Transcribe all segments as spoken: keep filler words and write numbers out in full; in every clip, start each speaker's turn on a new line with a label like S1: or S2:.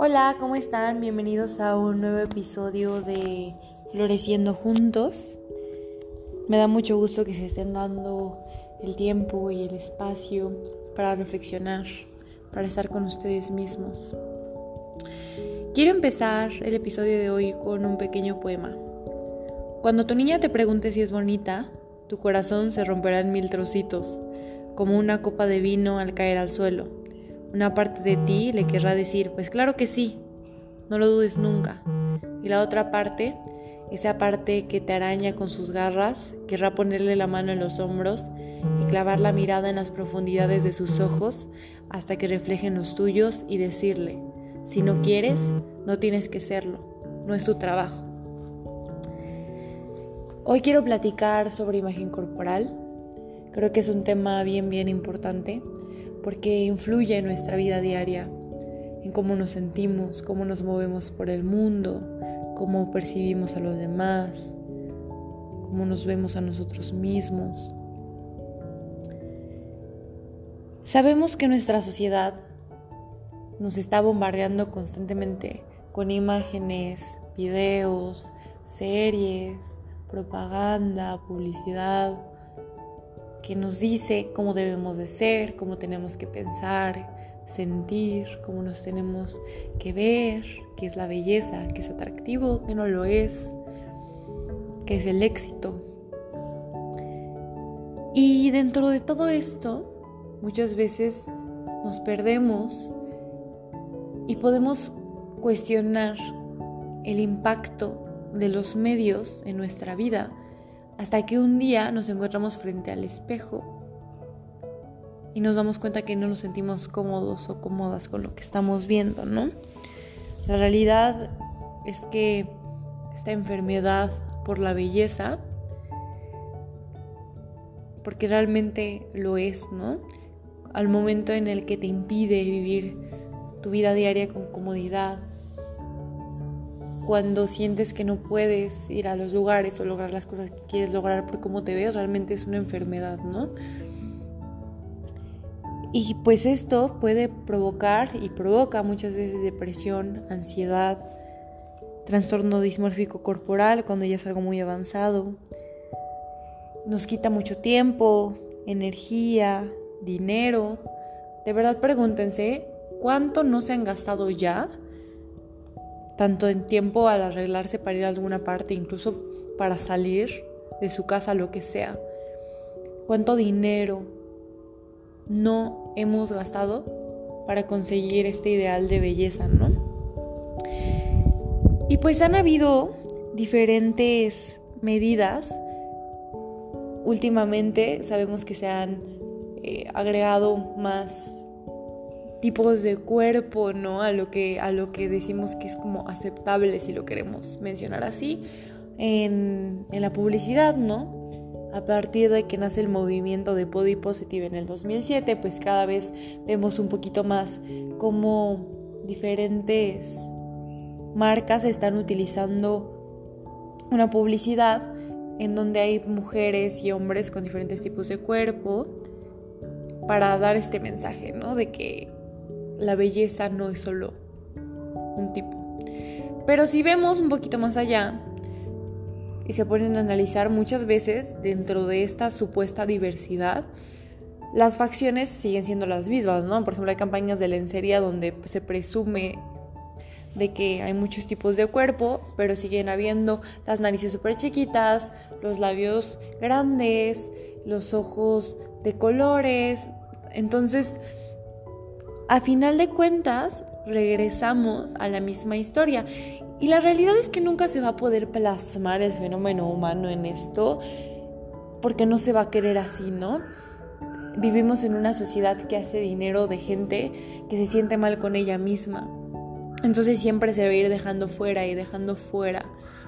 S1: Hola, ¿cómo están? Bienvenidos a un nuevo episodio de Floreciendo Juntos. Me da mucho gusto que se estén dando el tiempo y el espacio para reflexionar, para estar con ustedes mismos. Quiero empezar el episodio de hoy con un pequeño poema. Cuando tu niña te pregunte si es bonita, tu corazón se romperá en mil trocitos, como una copa de vino al caer al suelo. Una parte de ti le querrá decir, pues claro que sí, no lo dudes nunca. Y la otra parte, esa parte que te araña con sus garras, querrá ponerle la mano en los hombros y clavar la mirada en las profundidades de sus ojos hasta que reflejen los tuyos y decirle, si no quieres, no tienes que serlo, no es tu trabajo. Hoy quiero platicar sobre imagen corporal. Creo que es un tema bien, bien importante porque influye en nuestra vida diaria, en cómo nos sentimos, cómo nos movemos por el mundo, cómo percibimos a los demás, cómo nos vemos a nosotros mismos. Sabemos que nuestra sociedad nos está bombardeando constantemente con imágenes, videos, series, propaganda, publicidad, que nos dice cómo debemos de ser, cómo tenemos que pensar, sentir, cómo nos tenemos que ver, qué es la belleza, qué es atractivo, qué no lo es, qué es el éxito. Y dentro de todo esto, muchas veces nos perdemos y podemos cuestionar el impacto de los medios en nuestra vida, hasta que un día nos encontramos frente al espejo y nos damos cuenta que no nos sentimos cómodos o cómodas con lo que estamos viendo, ¿no? La realidad es que esta enfermedad por la belleza, porque realmente lo es, ¿no? Al momento en el que te impide vivir tu vida diaria con comodidad, cuando sientes que no puedes ir a los lugares o lograr las cosas que quieres lograr por cómo te ves, realmente es una enfermedad, ¿no? Y pues esto puede provocar y provoca muchas veces depresión, ansiedad, trastorno dismórfico corporal cuando ya es algo muy avanzado. Nos quita mucho tiempo, energía, dinero. De verdad pregúntense, ¿cuánto no se han gastado ya? Tanto en tiempo al arreglarse para ir a alguna parte, incluso para salir de su casa, lo que sea. ¿Cuánto dinero no hemos gastado para conseguir este ideal de belleza, no? Y pues han habido diferentes medidas. Últimamente sabemos que se han eh, agregado más tipos de cuerpo, ¿no? A lo que, a lo que decimos que es como aceptable, si lo queremos mencionar así, en, en la publicidad, ¿no? A partir de que nace el movimiento de Body Positive en el dos mil siete, pues cada vez vemos un poquito más cómo diferentes marcas están utilizando una publicidad en donde hay mujeres y hombres con diferentes tipos de cuerpo para dar este mensaje, ¿no? De que la belleza no es solo un tipo. Pero si vemos un poquito más allá y se ponen a analizar, muchas veces dentro de esta supuesta diversidad, las facciones siguen siendo las mismas, ¿no? Por ejemplo, hay campañas de lencería donde se presume de que hay muchos tipos de cuerpo, pero siguen habiendo las narices súper chiquitas, los labios grandes, los ojos de colores. Entonces, a final de cuentas, regresamos a la misma historia. Y la realidad es que nunca se va a poder plasmar el fenómeno humano en esto, porque no se va a querer así, ¿no? Vivimos en una sociedad que hace dinero de gente que se siente mal con ella misma. Entonces siempre se va a ir dejando fuera y dejando fuera.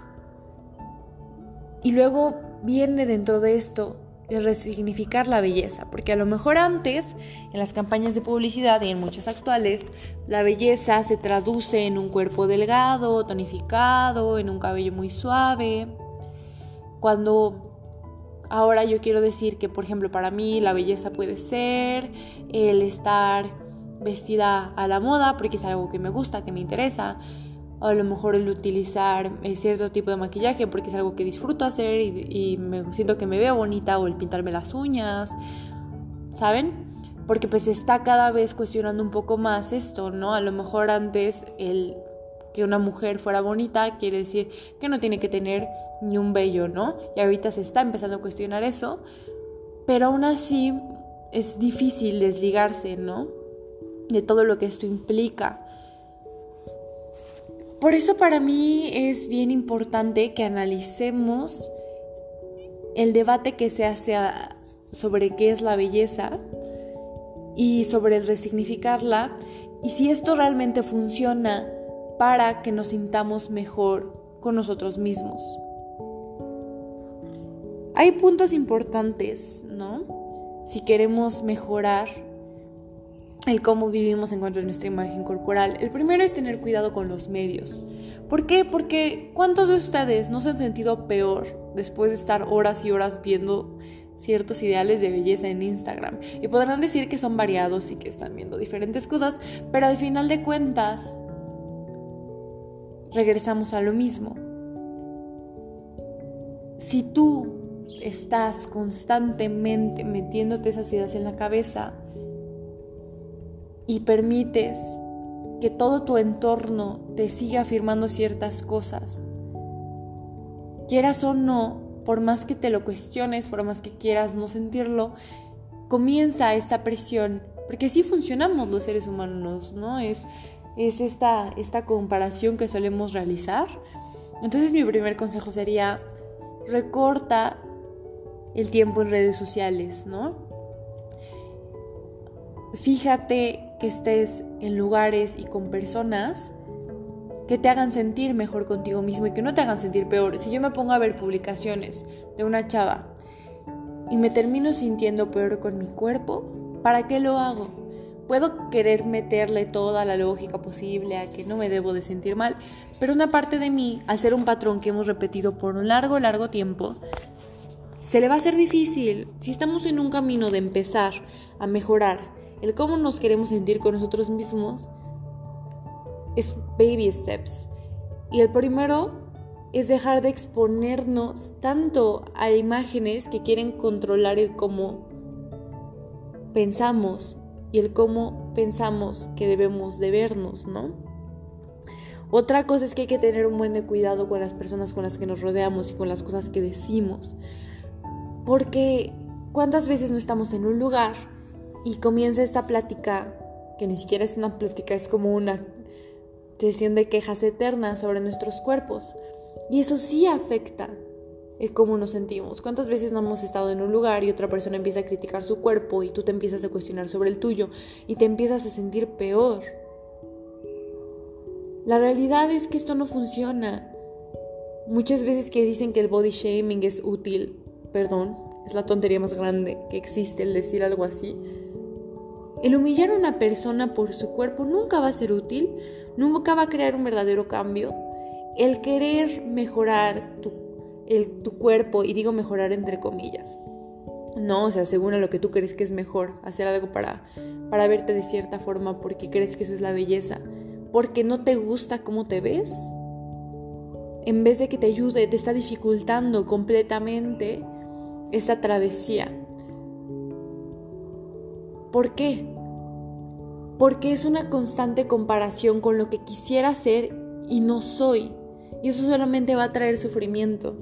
S1: Y luego viene dentro de esto el resignificar la belleza, porque a lo mejor antes, en las campañas de publicidad y en muchas actuales, la belleza se traduce en un cuerpo delgado, tonificado, en un cabello muy suave. Cuando ahora yo quiero decir que, por ejemplo, para mí la belleza puede ser el estar vestida a la moda porque es algo que me gusta, que me interesa, o a lo mejor el utilizar cierto tipo de maquillaje porque es algo que disfruto hacer y, y me siento que me veo bonita, o el pintarme las uñas, ¿saben? Porque pues está cada vez cuestionando un poco más esto, ¿no? A lo mejor antes el que una mujer fuera bonita quiere decir que no tiene que tener ni un vello, ¿no? Y ahorita se está empezando a cuestionar eso, pero aún así es difícil desligarse, ¿no? De todo lo que esto implica. Por eso para mí es bien importante que analicemos el debate que se hace sobre qué es la belleza y sobre el resignificarla, y si esto realmente funciona para que nos sintamos mejor con nosotros mismos. Hay puntos importantes, ¿no? Si queremos mejorar el cómo vivimos en cuanto a nuestra imagen corporal. El primero es tener cuidado con los medios. ¿Por qué? Porque ¿cuántos de ustedes no se han sentido peor después de estar horas y horas viendo ciertos ideales de belleza en Instagram? Y podrán decir que son variados y que están viendo diferentes cosas, pero al final de cuentas regresamos a lo mismo. Si tú estás constantemente metiéndote esas ideas en la cabeza y permites que todo tu entorno te siga afirmando ciertas cosas, quieras o no, por más que te lo cuestiones, por más que quieras no sentirlo, comienza esta presión, porque así funcionamos los seres humanos, ¿no? Es, es esta, esta comparación que solemos realizar. Entonces mi primer consejo sería: recorta el tiempo en redes sociales, ¿no? Fíjate que estés en lugares y con personas que te hagan sentir mejor contigo mismo y que no te hagan sentir peor. Si yo me pongo a ver publicaciones de una chava y me termino sintiendo peor con mi cuerpo, ¿para qué lo hago? Puedo querer meterle toda la lógica posible a que no me debo de sentir mal, pero una parte de mí, al ser un patrón que hemos repetido por un largo, largo tiempo, se le va a hacer difícil. Si estamos en un camino de empezar a mejorar el cómo nos queremos sentir con nosotros mismos, es baby steps. Y el primero es dejar de exponernos tanto a imágenes que quieren controlar el cómo pensamos y el cómo pensamos que debemos de vernos, ¿no? Otra cosa es que hay que tener un buen de cuidado con las personas con las que nos rodeamos y con las cosas que decimos. Porque ¿cuántas veces no estamos en un lugar y comienza esta plática, que ni siquiera es una plática, es como una sesión de quejas eternas sobre nuestros cuerpos? Y eso sí afecta el cómo nos sentimos. ¿Cuántas veces no hemos estado en un lugar y otra persona empieza a criticar su cuerpo y tú te empiezas a cuestionar sobre el tuyo y te empiezas a sentir peor? La realidad es que esto no funciona. Muchas veces que dicen que el body shaming es útil, perdón, es la tontería más grande que existe el decir algo así. El humillar a una persona por su cuerpo nunca va a ser útil, nunca va a crear un verdadero cambio. El querer mejorar tu, el, tu cuerpo, y digo mejorar entre comillas, no, o sea, según a lo que tú crees que es mejor, hacer algo para, para verte de cierta forma porque crees que eso es la belleza, porque no te gusta cómo te ves, en vez de que te ayude, te está dificultando completamente esta travesía. ¿Por qué? Porque es una constante comparación con lo que quisiera ser y no soy. Y eso solamente va a traer sufrimiento.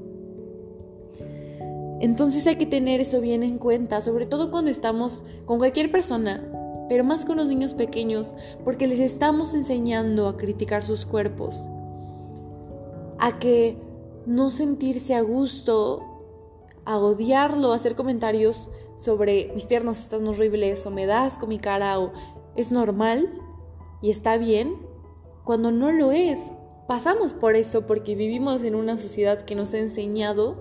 S1: Entonces hay que tener eso bien en cuenta, sobre todo cuando estamos con cualquier persona, pero más con los niños pequeños, porque les estamos enseñando a criticar sus cuerpos, a que no sentirse a gusto, a odiarlo, a hacer comentarios sobre mis piernas están horribles, o me da asco mi cara, o es normal y está bien, cuando no lo es. Pasamos por eso porque vivimos en una sociedad que nos ha enseñado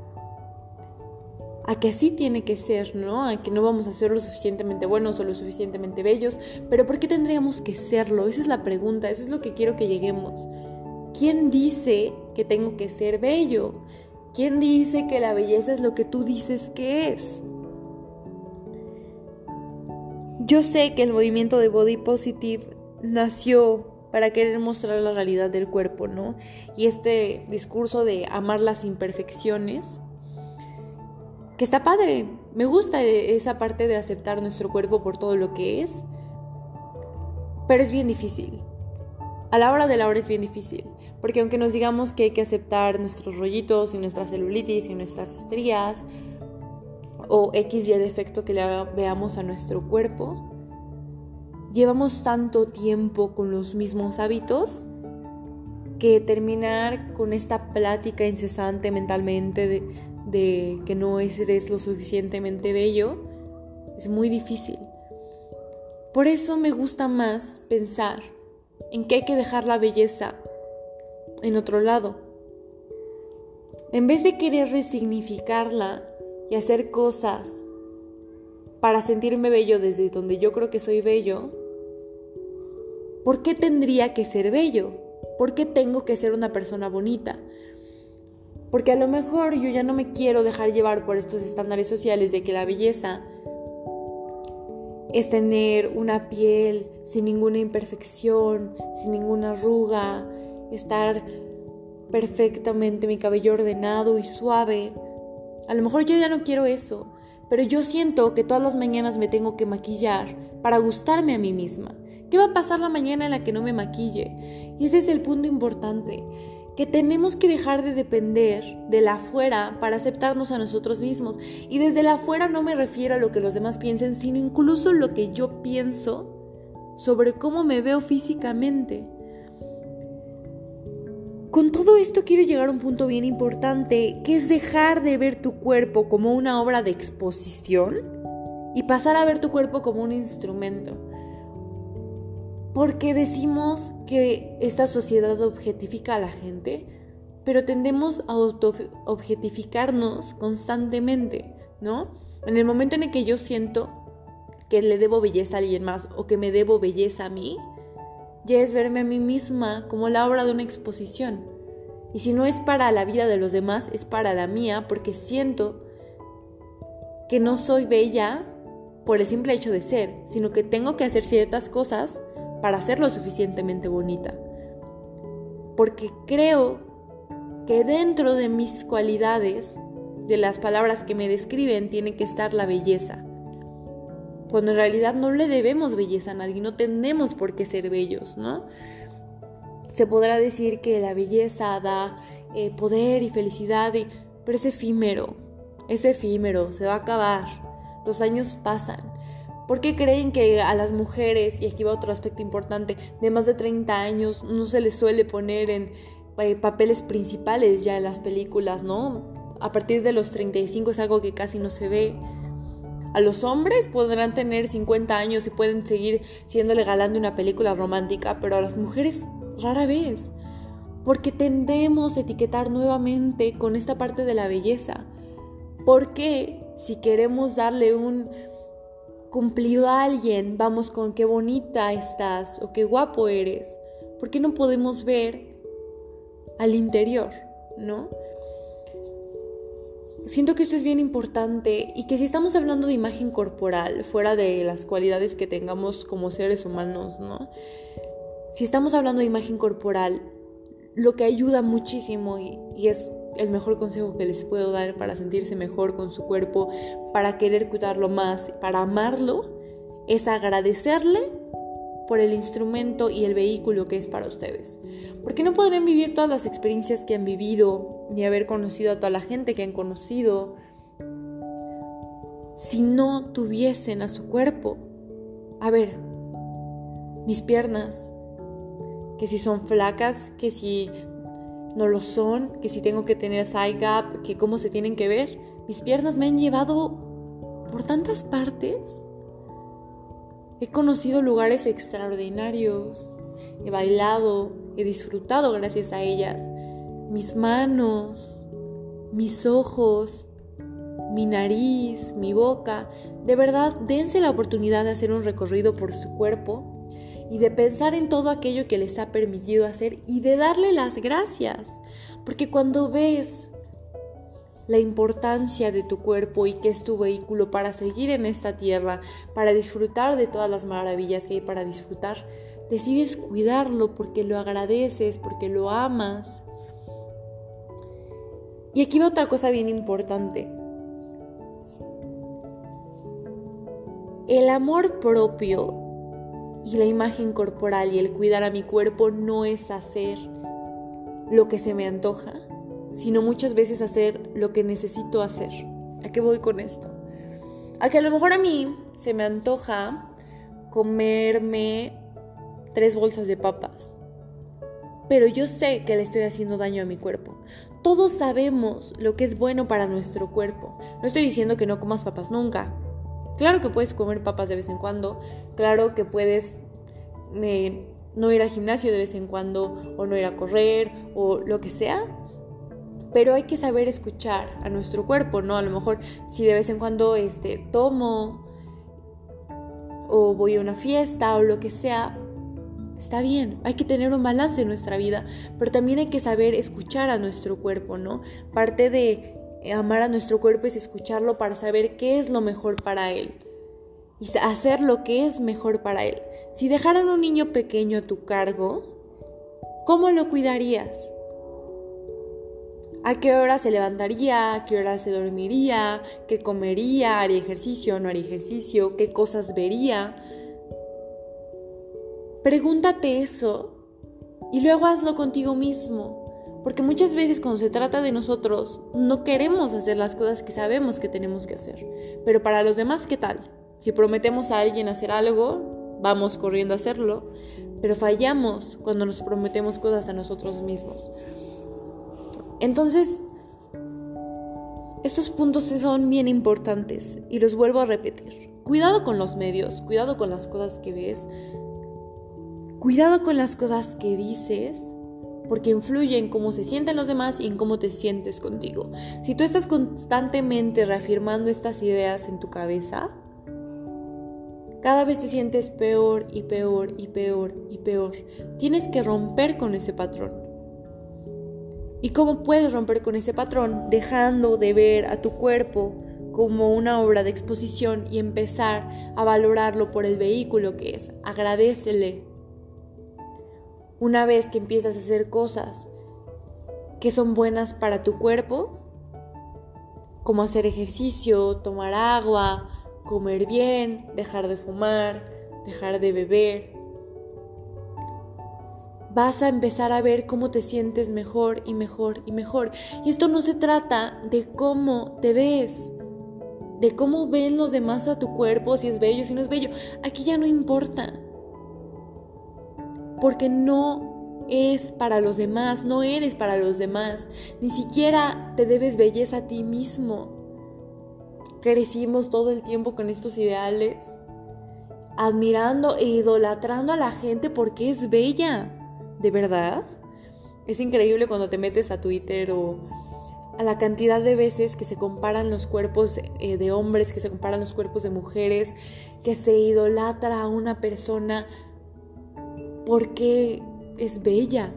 S1: a que así tiene que ser, ¿no? A que no vamos a ser lo suficientemente buenos o lo suficientemente bellos. Pero ¿por qué tendríamos que serlo? Esa es la pregunta, eso es lo que quiero que lleguemos. ¿Quién dice que tengo que ser bello? ¿Quién dice que la belleza es lo que tú dices que es? yo sé que el movimiento de Body Positive nació para querer mostrar la realidad del cuerpo, ¿no? Y este discurso de amar las imperfecciones, que está padre, me gusta esa parte de aceptar nuestro cuerpo por todo lo que es, pero es bien difícil. A la hora de la hora es bien difícil, porque aunque nos digamos que hay que aceptar nuestros rollitos y nuestra celulitis y nuestras estrías o X y defecto que le veamos a nuestro cuerpo, llevamos tanto tiempo con los mismos hábitos que terminar con esta plática incesante mentalmente de, de que no eres lo suficientemente bello es muy difícil. Por eso me gusta más pensar en que hay que dejar la belleza en otro lado. En vez de querer resignificarla y hacer cosas para sentirme bello desde donde yo creo que soy bello, ¿por qué tendría que ser bello? ¿Por qué tengo que ser una persona bonita? Porque a lo mejor yo ya no me quiero dejar llevar por estos estándares sociales de que la belleza es tener una piel sin ninguna imperfección, sin ninguna arruga, estar perfectamente mi cabello ordenado y suave. A lo mejor yo ya no quiero eso, pero yo siento que todas las mañanas me tengo que maquillar para gustarme a mí misma. ¿Qué va a pasar la mañana en la que no me maquille? Y ese es el punto importante, que tenemos que dejar de depender de la afuera para aceptarnos a nosotros mismos. Y desde la afuera no me refiero a lo que los demás piensen, sino incluso lo que yo pienso sobre cómo me veo físicamente. Con todo esto quiero llegar a un punto bien importante, que es dejar de ver tu cuerpo como una obra de exposición y pasar a ver tu cuerpo como un instrumento. Porque decimos que esta sociedad objetifica a la gente, pero tendemos a auto-objetificarnos constantemente, ¿no? En el momento en el que yo siento que le debo belleza a alguien más o que me debo belleza a mí, ya es verme a mí misma como la obra de una exposición. Y si no es para la vida de los demás, es para la mía, porque siento que no soy bella por el simple hecho de ser, sino que tengo que hacer ciertas cosas para ser lo suficientemente bonita. Porque creo que dentro de mis cualidades, de las palabras que me describen, tiene que estar la belleza. Cuando en realidad no le debemos belleza a nadie, no tenemos por qué ser bellos, ¿no? Se podrá decir que la belleza da eh, poder y felicidad, y, pero es efímero, es efímero, se va a acabar, los años pasan. ¿Por qué creen que a las mujeres, y aquí va otro aspecto importante, de más de treinta años no se les suele poner en eh, papeles principales ya en las películas, ¿no? A partir de los treinta y cinco es algo que casi no se ve. A los hombres podrán tener cincuenta años y pueden seguir siéndole galán de una película romántica, pero a las mujeres rara vez, porque tendemos a etiquetar nuevamente con esta parte de la belleza. ¿Por qué si queremos darle un cumplido a alguien, vamos con qué bonita estás o qué guapo eres? ¿Por qué no podemos ver al interior, no? Siento que esto es bien importante y que si estamos hablando de imagen corporal, fuera de las cualidades que tengamos como seres humanos, ¿no? Si estamos hablando de imagen corporal, lo que ayuda muchísimo y, y es el mejor consejo que les puedo dar para sentirse mejor con su cuerpo, para querer cuidarlo más, para amarlo, es agradecerle por el instrumento y el vehículo que es para ustedes. Porque no podrán vivir todas las experiencias que han vivido, ni haber conocido a toda la gente que han conocido, si no tuviesen a su cuerpo. A ver, mis piernas, que si son flacas, que si no lo son, que si tengo que tener thigh gap, que cómo se tienen que ver. Mis piernas me han llevado por tantas partes. He conocido lugares extraordinarios, he bailado, he disfrutado gracias a ellas. Mis manos, mis ojos, mi nariz, mi boca. De verdad, dense la oportunidad de hacer un recorrido por su cuerpo y de pensar en todo aquello que les ha permitido hacer y de darle las gracias. Porque cuando ves la importancia de tu cuerpo y que es tu vehículo para seguir en esta tierra, para disfrutar de todas las maravillas que hay para disfrutar, decides cuidarlo porque lo agradeces, porque lo amas. Y aquí va otra cosa bien importante. El amor propio y la imagen corporal y el cuidar a mi cuerpo no es hacer lo que se me antoja, sino muchas veces hacer lo que necesito hacer. ¿A qué voy con esto? A que a lo mejor a mí se me antoja comerme tres bolsas de papas, pero yo sé que le estoy haciendo daño a mi cuerpo. Todos sabemos lo que es bueno para nuestro cuerpo. No estoy diciendo que no comas papas nunca. Claro que puedes comer papas de vez en cuando, claro que puedes eh, no ir al gimnasio de vez en cuando, o no ir a correr, o lo que sea, pero hay que saber escuchar a nuestro cuerpo, ¿no? A lo mejor si de vez en cuando este, tomo, o voy a una fiesta, o lo que sea, está bien, hay que tener un balance en nuestra vida, pero también hay que saber escuchar a nuestro cuerpo, ¿no? Parte de amar a nuestro cuerpo es escucharlo para saber qué es lo mejor para él y hacer lo que es mejor para él. Si dejaran un niño pequeño a tu cargo, ¿cómo lo cuidarías? ¿A qué hora se levantaría? ¿A qué hora se dormiría? ¿Qué comería? ¿Haría ejercicio? ¿No haría ejercicio? ¿Qué cosas vería? Pregúntate eso y luego hazlo contigo mismo. Porque muchas veces cuando se trata de nosotros, no queremos hacer las cosas que sabemos que tenemos que hacer. Pero para los demás, ¿qué tal? Si prometemos a alguien hacer algo, vamos corriendo a hacerlo, pero fallamos cuando nos prometemos cosas a nosotros mismos. Entonces, estos puntos son bien importantes y los vuelvo a repetir. Cuidado con los medios, cuidado con las cosas que ves, cuidado con las cosas que dices, porque influye en cómo se sienten los demás y en cómo te sientes contigo. Si tú estás constantemente reafirmando estas ideas en tu cabeza, cada vez te sientes peor y peor y peor y peor. Tienes que romper con ese patrón. ¿Y cómo puedes romper con ese patrón? Dejando de ver a tu cuerpo como una obra de exposición y empezar a valorarlo por el vehículo que es. Agradécele. Una vez que empiezas a hacer cosas que son buenas para tu cuerpo, como hacer ejercicio, tomar agua, comer bien, dejar de fumar, dejar de beber, vas a empezar a ver cómo te sientes mejor y mejor y mejor. Y esto no se trata de cómo te ves, de cómo ven los demás a tu cuerpo, si es bello, si no es bello. Aquí ya no importa. Porque no es para los demás, no eres para los demás, ni siquiera te debes belleza a ti mismo. Crecimos todo el tiempo con estos ideales, admirando e idolatrando a la gente porque es bella, ¿de verdad? Es increíble cuando te metes a Twitter o a la cantidad de veces que se comparan los cuerpos eh, de hombres, que se comparan los cuerpos de mujeres, que se idolatra a una persona porque es bella,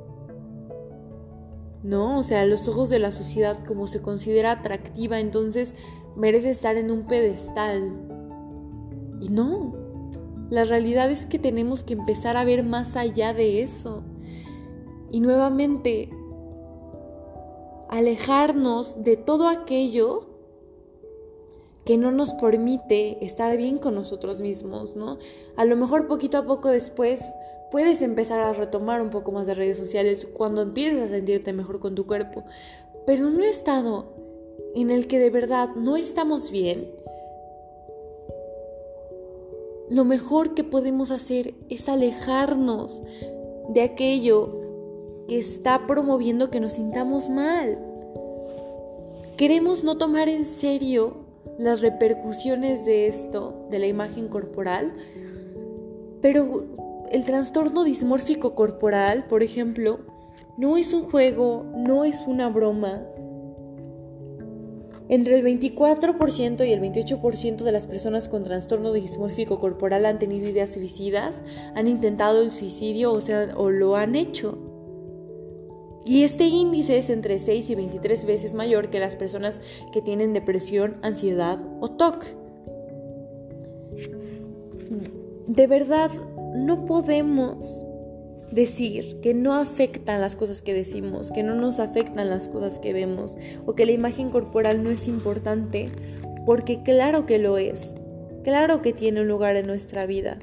S1: ¿no? O sea, a los ojos de la sociedad, como se considera atractiva, entonces merece estar en un pedestal. Y no, la realidad es que tenemos que empezar a ver más allá de eso. Y nuevamente, alejarnos de todo aquello que no nos permite estar bien con nosotros mismos, ¿no? A lo mejor poquito a poco después puedes empezar a retomar un poco más de redes sociales cuando empieces a sentirte mejor con tu cuerpo. Pero en un estado en el que de verdad no estamos bien, lo mejor que podemos hacer es alejarnos de aquello que está promoviendo que nos sintamos mal. Queremos no tomar en serio las repercusiones de esto, de la imagen corporal, pero el trastorno dismórfico corporal, por ejemplo, no es un juego, no es una broma. Entre el veinticuatro por ciento y el veintiocho por ciento de las personas con trastorno dismórfico corporal han tenido ideas suicidas, han intentado el suicidio, o sea, o lo han hecho. Y este índice es entre seis y veintitrés veces mayor que las personas que tienen depresión, ansiedad o T O C. De verdad, no podemos decir que no afectan las cosas que decimos, que no nos afectan las cosas que vemos, o que la imagen corporal no es importante, porque claro que lo es, claro que tiene un lugar en nuestra vida.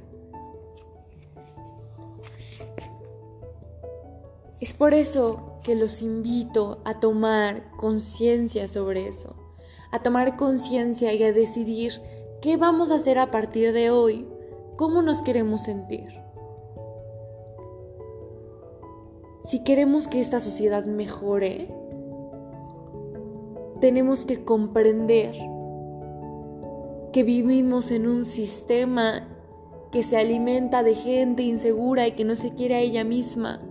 S1: Es por eso que los invito a tomar conciencia sobre eso, a tomar conciencia y a decidir qué vamos a hacer a partir de hoy, cómo nos queremos sentir. Si queremos que esta sociedad mejore, tenemos que comprender que vivimos en un sistema que se alimenta de gente insegura y que no se quiere a ella misma.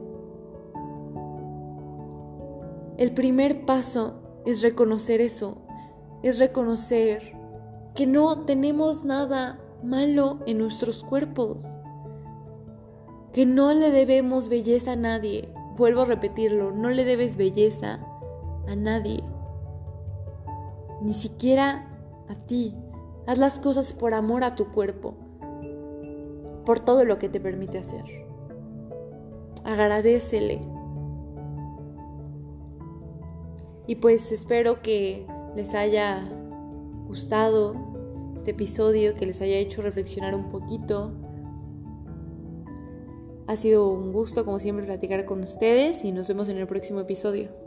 S1: El primer paso es reconocer eso, es reconocer que no tenemos nada malo en nuestros cuerpos, que no le debemos belleza a nadie. Vuelvo a repetirlo, no le debes belleza a nadie, ni siquiera a ti. Haz las cosas por amor a tu cuerpo, por todo lo que te permite hacer. Agradécele. Y pues espero que les haya gustado este episodio, que les haya hecho reflexionar un poquito. Ha sido un gusto, como siempre, platicar con ustedes y nos vemos en el próximo episodio.